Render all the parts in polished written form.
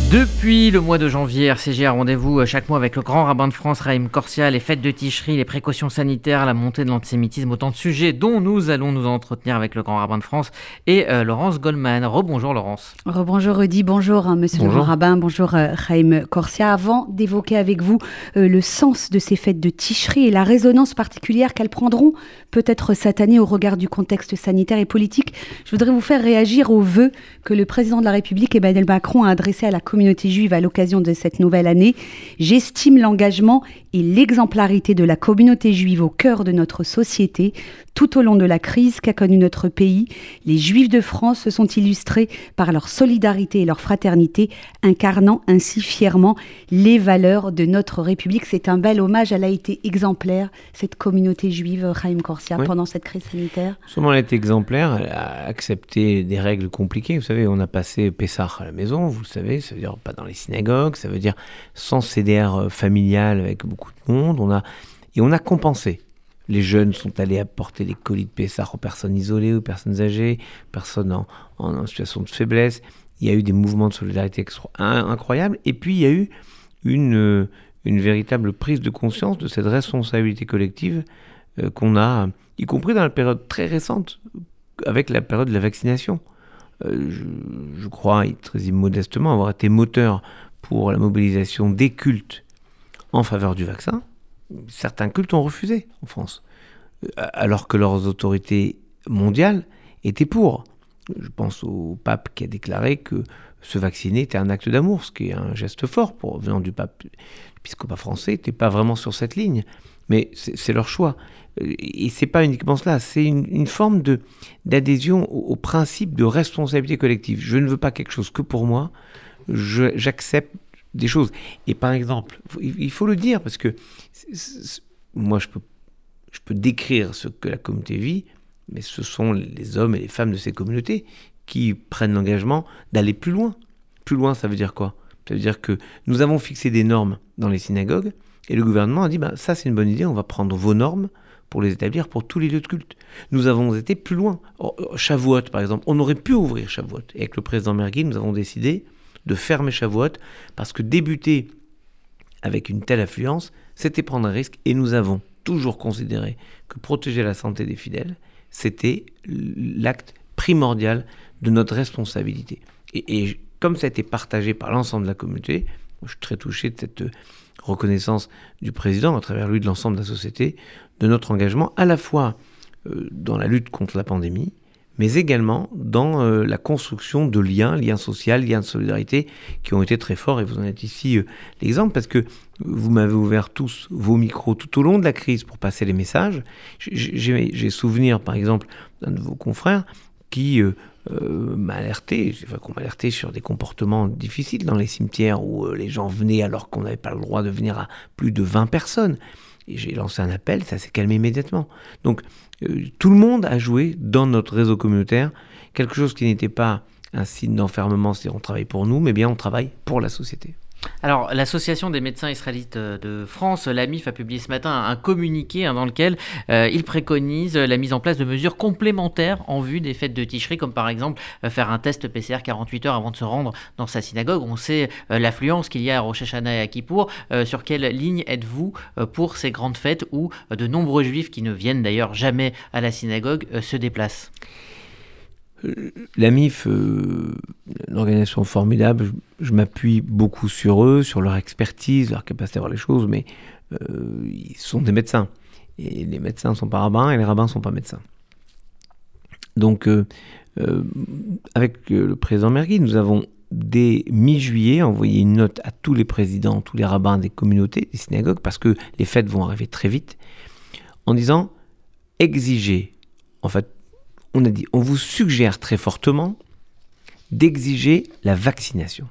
Depuis le mois de janvier, RCJ a rendez-vous chaque mois avec le grand rabbin de France, Chaim Corsia, les fêtes de Tishri, les précautions sanitaires, la montée de l'antisémitisme, autant de sujets dont nous allons nous entretenir avec le grand rabbin de France et Laurence Goldman. Rebonjour Laurence. Rebonjour Rudy, bonjour monsieur le grand rabbin, bonjour Chaim Corsia. Avant d'évoquer avec vous le sens de ces fêtes de Tishri et la résonance particulière qu'elles prendront peut-être cette année au regard du contexte sanitaire et politique, je voudrais vous faire réagir aux vœux que le président de la République, Emmanuel Macron, a adressés à la communauté juive à l'occasion de cette nouvelle année. J'estime l'engagement et l'exemplarité de la communauté juive au cœur de notre société. Tout au long de la crise qu'a connue notre pays, les Juifs de France se sont illustrés par leur solidarité et leur fraternité, incarnant ainsi fièrement les valeurs de notre République. C'est un bel hommage. Elle a été exemplaire, cette communauté juive, Chaim Corsia, pendant cette crise sanitaire. Seulement, elle est exemplaire. Elle a accepté des règles compliquées. Vous savez, on a passé Pessah à la maison, vous le savez, ça veut dire pas dans les synagogues, ça veut dire sans CDR familial avec beaucoup de monde. On a compensé. Les jeunes sont allés apporter des colis de Pessah aux personnes isolées, aux personnes âgées, personnes en situation de faiblesse. Il y a eu des mouvements de solidarité incroyables. Et puis, il y a eu une véritable prise de conscience de cette responsabilité collective qu'on a, y compris dans la période très récente, avec la période de la vaccination. Je crois, très modestement, avoir été moteur pour la mobilisation des cultes en faveur du vaccin. Certains cultes ont refusé en France, alors que leurs autorités mondiales étaient pour. Je pense au pape qui a déclaré que se vacciner était un acte d'amour, ce qui est un geste fort venant du pape. L'épiscopat français n'était pas vraiment sur cette ligne, mais c'est leur choix. Et c'est pas uniquement cela, c'est une forme d'adhésion au principe de responsabilité collective. Je ne veux pas quelque chose que pour moi, j'accepte des choses. Et par exemple, il faut le dire, parce que moi je peux décrire ce que la communauté vit, mais ce sont les hommes et les femmes de ces communautés qui prennent l'engagement d'aller plus loin. Plus loin, ça veut dire quoi ? Ça veut dire que nous avons fixé des normes dans les synagogues, et le gouvernement a dit, ça c'est une bonne idée, on va prendre vos normes pour les établir pour tous les lieux de culte. Nous avons été plus loin. Shavuot, par exemple, on aurait pu ouvrir Shavuot. Et avec le président Mergui, nous avons décidé de fermer Shavuot, parce que débuter avec une telle affluence, c'était prendre un risque, et nous avons toujours considéré que protéger la santé des fidèles, c'était l'acte primordial de notre responsabilité. Et comme ça a été partagé par l'ensemble de la communauté, je suis très touché de cette reconnaissance du président, à travers lui de l'ensemble de la société, de notre engagement à la fois dans la lutte contre la pandémie, mais également dans la construction de liens sociaux, liens de solidarité qui ont été très forts. Et vous en êtes ici l'exemple, parce que vous m'avez ouvert tous vos micros tout au long de la crise pour passer les messages. J'ai souvenir, par exemple, d'un de vos confrères qui m'a alerté sur des comportements difficiles dans les cimetières où les gens venaient alors qu'on n'avait pas le droit de venir à plus de 20 personnes. Et j'ai lancé un appel, ça s'est calmé immédiatement. Donc, tout le monde a joué dans notre réseau communautaire quelque chose qui n'était pas un signe d'enfermement, c'est-à-dire on travaille pour nous, mais bien on travaille pour la société. Alors, l'Association des médecins israélites de France, l'AMIF, a publié ce matin un communiqué dans lequel il préconise la mise en place de mesures complémentaires en vue des fêtes de Tishri, comme par exemple faire un test PCR 48 heures avant de se rendre dans sa synagogue. On sait l'affluence qu'il y a à Rosh Hashanah et à Kippour. Sur quelle ligne êtes-vous pour ces grandes fêtes où de nombreux juifs qui ne viennent d'ailleurs jamais à la synagogue se déplacent ? L'AMIF, une organisation formidable, je m'appuie beaucoup sur eux, sur leur expertise, leur capacité à voir les choses, mais ils sont des médecins. Et les médecins ne sont pas rabbins et les rabbins ne sont pas médecins. Donc, avec le président Mergui, nous avons dès mi-juillet envoyé une note à tous les présidents, tous les rabbins des communautés, des synagogues, parce que les fêtes vont arriver très vite, en disant exigez, en fait, on a dit, on vous suggère très fortement d'exiger la vaccination.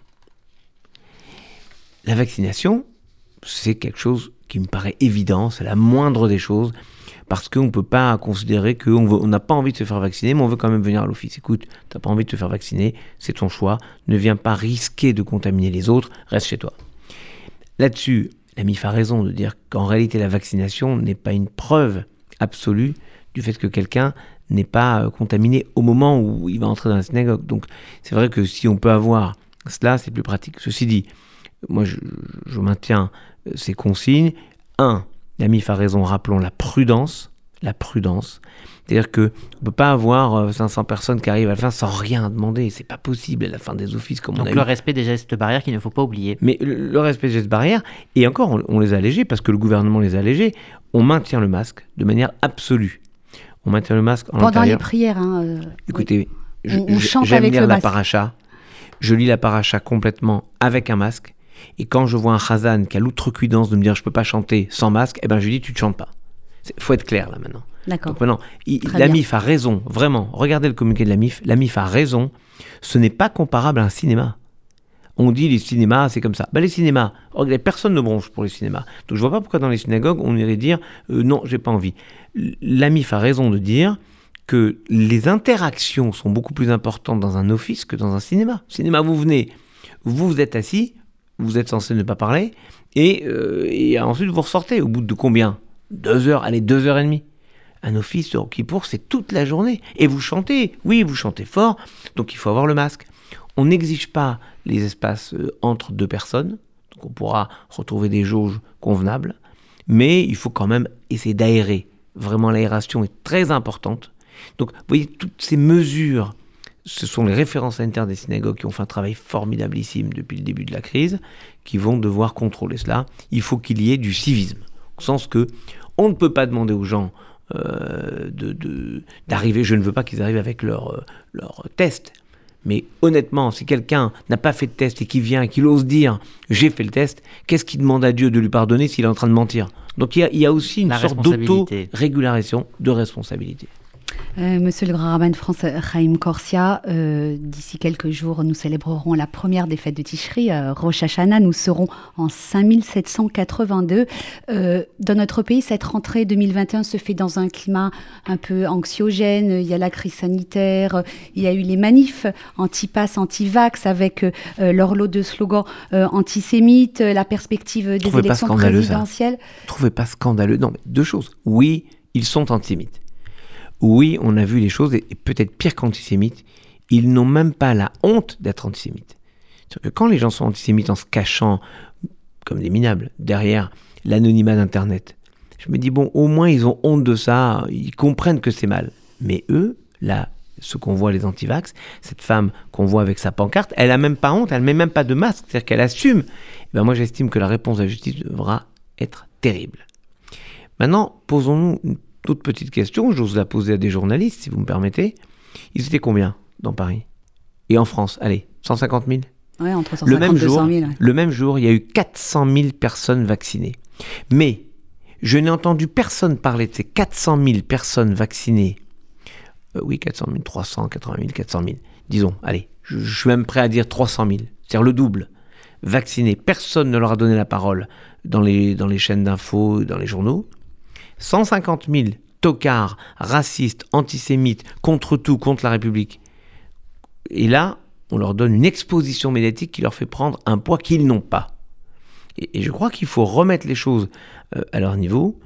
La vaccination, c'est quelque chose qui me paraît évident, c'est la moindre des choses, parce qu'on ne peut pas considérer qu'on n'a pas envie de se faire vacciner, mais on veut quand même venir à l'office. Écoute, tu n'as pas envie de te faire vacciner, c'est ton choix, ne viens pas risquer de contaminer les autres, reste chez toi. Là-dessus, l'AMIF a raison de dire qu'en réalité, la vaccination n'est pas une preuve absolue du fait que quelqu'un n'est pas contaminé au moment où il va entrer dans la synagogue. Donc c'est vrai que si on peut avoir Cela, c'est plus pratique. Ceci dit, moi, je maintiens ces consignes. 1, la MIF a raison, rappelons la prudence. C'est-à-dire qu'on ne peut pas avoir 500 personnes qui arrivent à la fin sans rien demander. C'est pas possible à la fin des offices comme donc on a le respect des gestes barrières qu'il ne faut pas oublier. Mais le respect des gestes barrières, et encore, on les a allégés parce que le gouvernement les a allégés. On maintient le masque de manière absolue. On maintient le masque en pendant intérieur. Les prières. Écoutez, on chante j'aime avec lire le la masque. paracha. Je lis la paracha complètement avec un masque. Et quand je vois un chazan qui a l'outrecuidance de me dire je peux pas chanter sans masque, je lui dis tu ne chantes pas. Faut être clair là maintenant. D'accord. Donc maintenant, la MIF a raison, vraiment. Regardez le communiqué de la MIF. La MIF a raison. Ce n'est pas comparable à un cinéma. On dit les cinémas, c'est comme ça. Les cinémas, regardez, personne ne bronche pour les cinémas. Donc je vois pas pourquoi dans les synagogues, on irait dire non, j'ai pas envie. La MIF a raison de dire que les interactions sont beaucoup plus importantes dans un office que dans un cinéma. Cinéma, vous venez, vous êtes assis, vous êtes censé ne pas parler, et ensuite vous ressortez au bout de combien ? 2 heures, allez, 2h30. Un office de Yom Kippour, c'est toute la journée. Et vous chantez, oui, vous chantez fort, donc il faut avoir le masque. On n'exige pas les espaces entre 2 personnes, donc on pourra retrouver des jauges convenables, mais il faut quand même essayer d'aérer. Vraiment, l'aération est très importante. Donc, vous voyez, toutes ces mesures, ce sont les référents sanitaires des synagogues qui ont fait un travail formidablissime depuis le début de la crise, qui vont devoir contrôler cela. Il faut qu'il y ait du civisme, au sens que on ne peut pas demander aux gens d'arriver, je ne veux pas qu'ils arrivent avec leur test. Mais honnêtement, si quelqu'un n'a pas fait de test et qui vient et qu'il ose dire « j'ai fait le test », qu'est-ce qu'il demande à Dieu de lui pardonner s'il est en train de mentir ? Donc il y a aussi une sorte d'auto-régularisation de responsabilité. Monsieur le grand rabbin de France, Chaim Korsia, d'ici quelques jours, nous célébrerons la première des fêtes de Tishri, Rosh Hashanah. Nous serons en 5782. Dans notre pays, cette rentrée 2021 se fait dans un climat un peu anxiogène. Il y a la crise sanitaire, il y a eu les manifs anti-pass, anti-vax, avec leur lot de slogans antisémites, la perspective des élections présidentielles. Trouvez pas scandaleux. Non, mais 2 choses. Oui, ils sont antisémites. Oui, on a vu les choses, et peut-être pire qu'antisémites, ils n'ont même pas la honte d'être antisémites. C'est-à-dire que quand les gens sont antisémites en se cachant, comme des minables, derrière l'anonymat d'Internet, je me dis, bon, au moins ils ont honte de ça, ils comprennent que c'est mal. Mais eux, là, ce qu'on voit, les antivax, cette femme qu'on voit avec sa pancarte, elle n'a même pas honte, elle ne met même pas de masque, c'est-à-dire qu'elle assume. Moi, j'estime que la réponse de la justice devra être terrible. Maintenant, posons-nous une toute petite question, j'ose la poser à des journalistes, si vous me permettez. Ils étaient combien dans Paris ? Et en France, allez, 150 000 ? Oui, entre 150 et 200 000. Le même jour, il y a eu 400 000 personnes vaccinées. Mais je n'ai entendu personne parler de ces 400 000 personnes vaccinées. Oui, 400 000, 380 000, 400 000. Disons, allez, je suis même prêt à dire 300 000, c'est-à-dire le double. Vaccinés, personne ne leur a donné la parole dans les chaînes d'infos, dans les journaux. 150 000 tocards, racistes, antisémites, contre tout, contre la République. Et là, on leur donne une exposition médiatique qui leur fait prendre un poids qu'ils n'ont pas. Et je crois qu'il faut remettre les choses à leur niveau.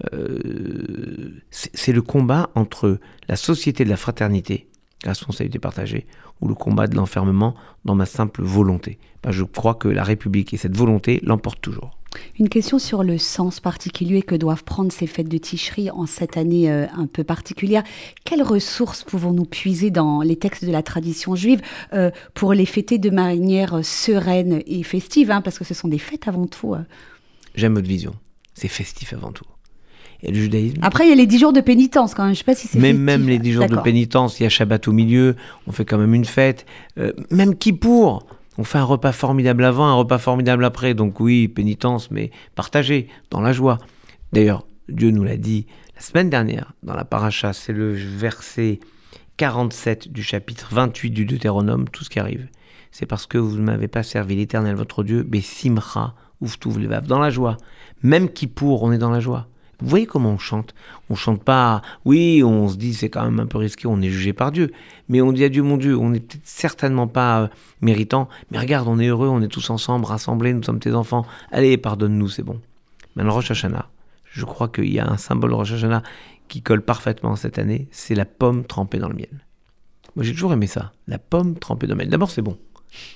C'est le combat entre la société de la fraternité, la responsabilité partagée, ou le combat de l'enfermement dans ma simple volonté. Je crois que la République et cette volonté l'emportent toujours. Une question sur le sens particulier que doivent prendre ces fêtes de Tishri en cette année un peu particulière. Quelles ressources pouvons-nous puiser dans les textes de la tradition juive pour les fêter de manière sereine et festive, parce que ce sont des fêtes avant tout. J'aime votre vision. C'est festif avant tout. Et le judaïsme. Après, il y a les 10 jours de pénitence quand même. Je ne sais pas si c'est festif. Même les 10 jours de pénitence, il y a Shabbat au milieu, on fait quand même une fête. Même Kippour, on fait un repas formidable avant, un repas formidable après. Donc oui, pénitence, mais partagée, dans la joie. D'ailleurs, Dieu nous l'a dit la semaine dernière, dans la paracha, c'est le verset 47 du chapitre 28 du Deutéronome, tout ce qui arrive. C'est parce que vous ne m'avez pas servi l'Éternel, votre Dieu, Simcha, Uftuv Levav, dans la joie. Même Kippour, on est dans la joie. Vous voyez comment on chante ? On chante pas, oui, on se dit c'est quand même un peu risqué, on est jugé par Dieu. Mais on dit à Dieu, mon Dieu, on n'est peut-être certainement pas méritant, mais regarde, on est heureux, on est tous ensemble, rassemblés, nous sommes tes enfants. Allez, pardonne-nous, c'est bon. Maintenant, Rosh Hashanah, je crois qu'il y a un symbole de Rosh Hashanah qui colle parfaitement cette année, c'est la pomme trempée dans le miel. Moi, j'ai toujours aimé ça, la pomme trempée dans le miel. D'abord, c'est bon.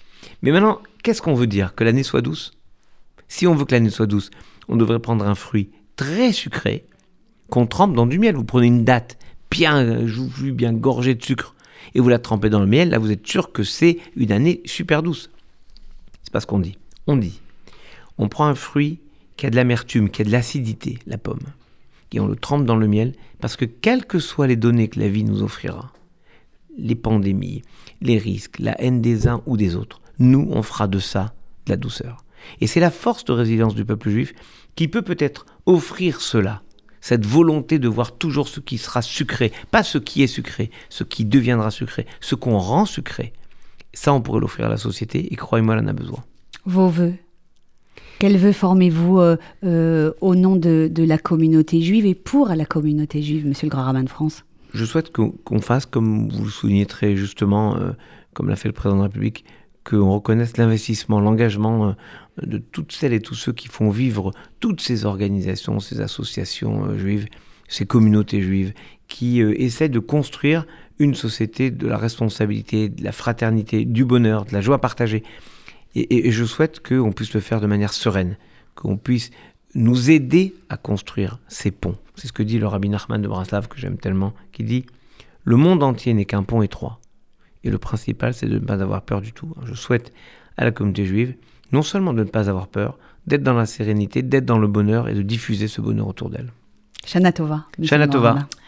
Mais maintenant, qu'est-ce qu'on veut dire? Que l'année soit douce? Si on veut que l'année soit douce, on devrait prendre un fruit très sucré qu'on trempe dans du miel. Vous prenez une date bien joufflue, bien gorgée de sucre, et vous la trempez dans le miel, là vous êtes sûr que c'est une année super douce. C'est pas ce qu'on dit. On prend un fruit qui a de l'amertume, qui a de l'acidité, la pomme, et on le trempe dans le miel, parce que quelles que soient les données que la vie nous offrira, les pandémies, les risques, la haine des uns ou des autres, nous on fera de ça de la douceur. Et c'est la force de résilience du peuple juif qui peut peut-être offrir cela, cette volonté de voir toujours ce qui sera sucré, pas ce qui est sucré, ce qui deviendra sucré, ce qu'on rend sucré. Ça, on pourrait l'offrir à la société, et croyez-moi, elle en a besoin. Vos vœux. Quels vœux formez-vous au nom de la communauté juive et pour la communauté juive, monsieur le grand rabbin de France? Je souhaite qu'on fasse, comme vous le soulignez très justement, comme l'a fait le président de la République, qu'on reconnaisse l'investissement, l'engagement de toutes celles et tous ceux qui font vivre toutes ces organisations, ces associations juives, ces communautés juives, qui essaient de construire une société de la responsabilité, de la fraternité, du bonheur, de la joie partagée. Et je souhaite qu'on puisse le faire de manière sereine, qu'on puisse nous aider à construire ces ponts. C'est ce que dit le rabbi Nachman de Braslav, que j'aime tellement, qui dit « Le monde entier n'est qu'un pont étroit. Et le principal, c'est de ne pas avoir peur du tout. » Je souhaite à la communauté juive, non seulement de ne pas avoir peur, d'être dans la sérénité, d'être dans le bonheur et de diffuser ce bonheur autour d'elle. Shana Tova. Shana Tova.